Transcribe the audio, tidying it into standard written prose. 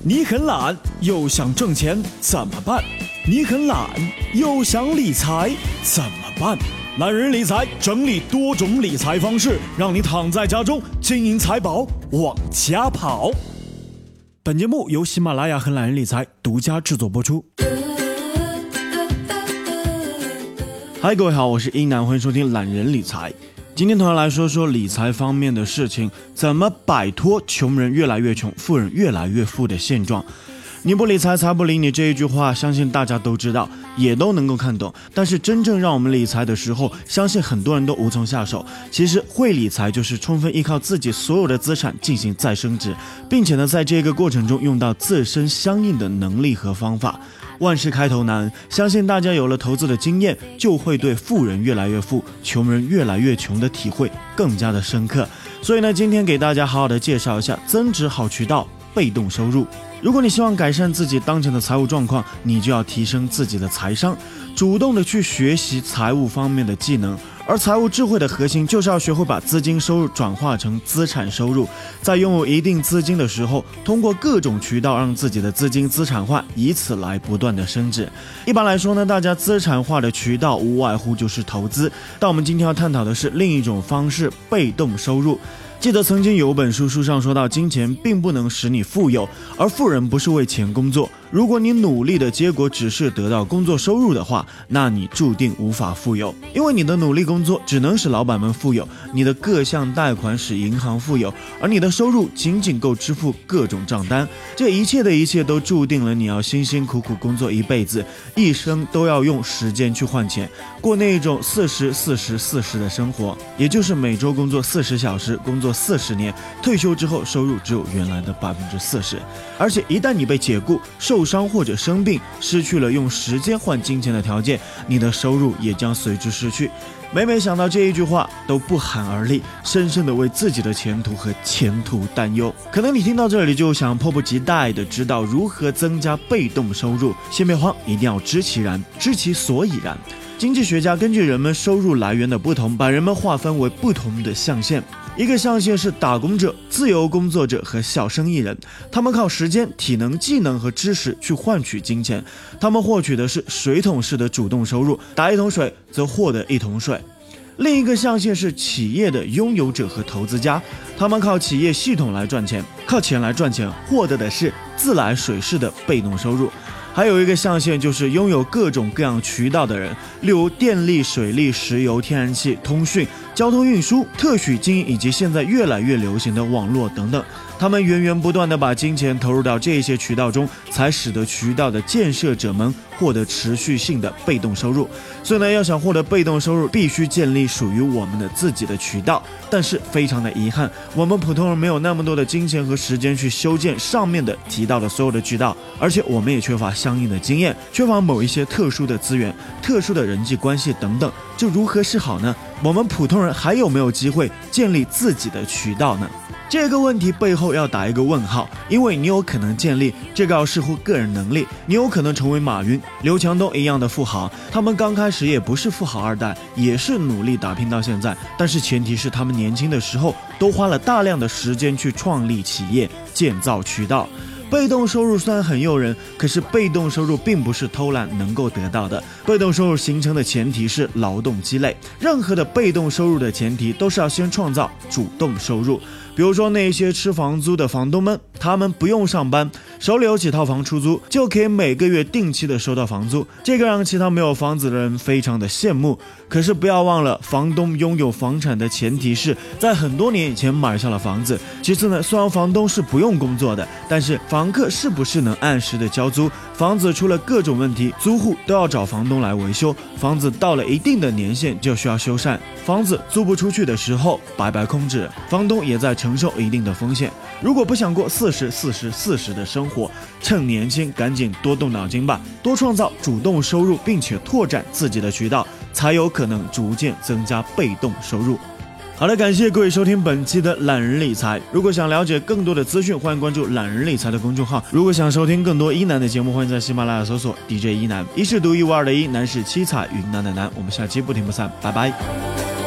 你很懒又想挣钱怎么办？你很懒又想理财怎么办？懒人理财整理多种理财方式，让你躺在家中金银财宝往家跑。本节目由喜马拉雅和懒人理财独家制作播出。嗨，各位好，我是一南，欢迎收听懒人理财。今天同样来说说理财方面的事情，怎么摆脱穷人越来越穷，富人越来越富的现状。你不理财，财不理你，这一句话相信大家都知道，也都能够看懂。但是真正让我们理财的时候，相信很多人都无从下手。其实会理财就是充分依靠自己所有的资产进行再升值，并且呢，在这个过程中用到自身相应的能力和方法。万事开头难，相信大家有了投资的经验，就会对富人越来越富，穷人越来越穷的体会更加的深刻。所以呢，今天给大家好好的介绍一下增值好渠道——被动收入。如果你希望改善自己当前的财务状况，你就要提升自己的财商，主动的去学习财务方面的技能。而财务智慧的核心就是要学会把资金收入转化成资产收入，在拥有一定资金的时候，通过各种渠道让自己的资金资产化，以此来不断的升值。一般来说呢，大家资产化的渠道无外乎就是投资，但我们今天要探讨的是另一种方式——被动收入。记得曾经有本书上说到，金钱并不能使你富有，而富人不是为钱工作。如果你努力的结果只是得到工作收入的话，那你注定无法富有，因为你的努力工作只能使老板们富有，你的各项贷款使银行富有，而你的收入仅仅够支付各种账单。这一切的一切都注定了你要辛辛苦苦工作一辈子，一生都要用时间去换钱，过那种40-40-40的生活，也就是每周工作40小时，工作40年，退休之后收入只有原来的40%。而且一旦你被解雇、受伤或者生病，失去了用时间换金钱的条件，你的收入也将随之失去。每想到这一句话，都不寒而栗，深深的为自己的前途和前途担忧。可能你听到这里就想迫不及待的知道如何增加被动收入，先别慌，一定要知其然，知其所以然。经济学家根据人们收入来源的不同，把人们划分为不同的象限。一个象限是打工者、自由工作者和小生意人，他们靠时间、体能、技能和知识去换取金钱，他们获取的是水桶式的主动收入，打一桶水则获得一桶水。另一个象限是企业的拥有者和投资家，他们靠企业系统来赚钱，靠钱来赚钱，获得的是自来水式的被动收入。还有一个象限就是拥有各种各样渠道的人，例如电力、水力、石油、天然气、通讯、交通运输、特许经营以及现在越来越流行的网络等等。他们源源不断地把金钱投入到这些渠道中，才使得渠道的建设者们获得持续性的被动收入。所以呢，要想获得被动收入，必须建立属于我们的自己的渠道。但是非常的遗憾，我们普通人没有那么多的金钱和时间去修建上面的提到的所有的渠道，而且我们也缺乏相应的经验，缺乏某一些特殊的资源、特殊的人际关系等等。这如何是好呢？我们普通人还有没有机会建立自己的渠道呢？这个问题背后要打一个问号，因为你有可能建立，这个要视乎个人能力。你有可能成为马云、刘强东一样的富豪，他们刚开始也不是富豪二代，也是努力打拼到现在，但是前提是他们年轻的时候都花了大量的时间去创立企业、建造渠道。被动收入虽然很诱人，可是被动收入并不是偷懒能够得到的。被动收入形成的前提是劳动积累，任何的被动收入的前提都是要先创造主动收入。比如说那些吃房租的房东们，他们不用上班，手里有几套房出租，就可以每个月定期的收到房租，这个让其他没有房子的人非常的羡慕。可是不要忘了，房东拥有房产的前提是在很多年以前买下了房子。其次呢，虽然房东是不用工作的，但是房客是不是能按时的交租，房子出了各种问题，租户都要找房东来维修，房子到了一定的年限就需要修缮，房子租不出去的时候白白空置，房东也在承受一定的风险。如果不想过40-40-40的生活，趁年轻赶紧多动脑筋吧，多创造主动收入，并且拓展自己的渠道，才有可能逐渐增加被动收入。好的，感谢各位收听本期的懒人理财。如果想了解更多的资讯，欢迎关注懒人理财的公众号。如果想收听更多一南的节目，欢迎在喜马拉雅搜索 DJ 一南，一是独一无二的一，南是七彩云南的南。我们下期不听不散，拜拜。